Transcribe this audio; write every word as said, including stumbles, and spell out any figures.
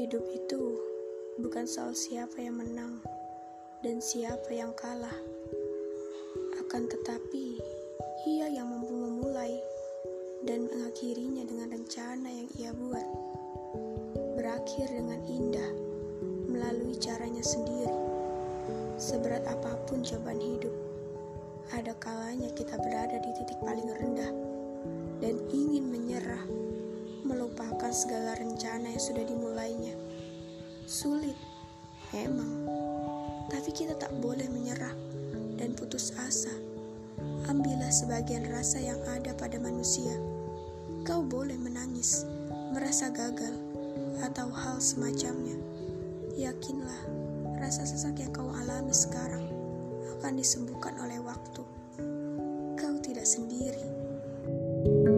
Hidup itu bukan soal siapa yang menang dan siapa yang kalah. Akan tetapi, ia yang mampu memulai dan mengakhirinya dengan rencana yang ia buat. Berakhir dengan indah melalui caranya sendiri. Seberat apapun cobaan hidup, ada kalanya kita berada di titik paling rendah dan ingin menyerah, melupakan segala rencana yang sudah dimulainya. Sulit, memang, tapi kita tak boleh menyerah dan putus asa. Ambillah sebagian rasa yang ada pada manusia. Kau boleh menangis, merasa gagal, atau hal semacamnya. Yakinlah, rasa sesak yang kau alami sekarang akan disembuhkan oleh waktu. Kau tidak sendiri.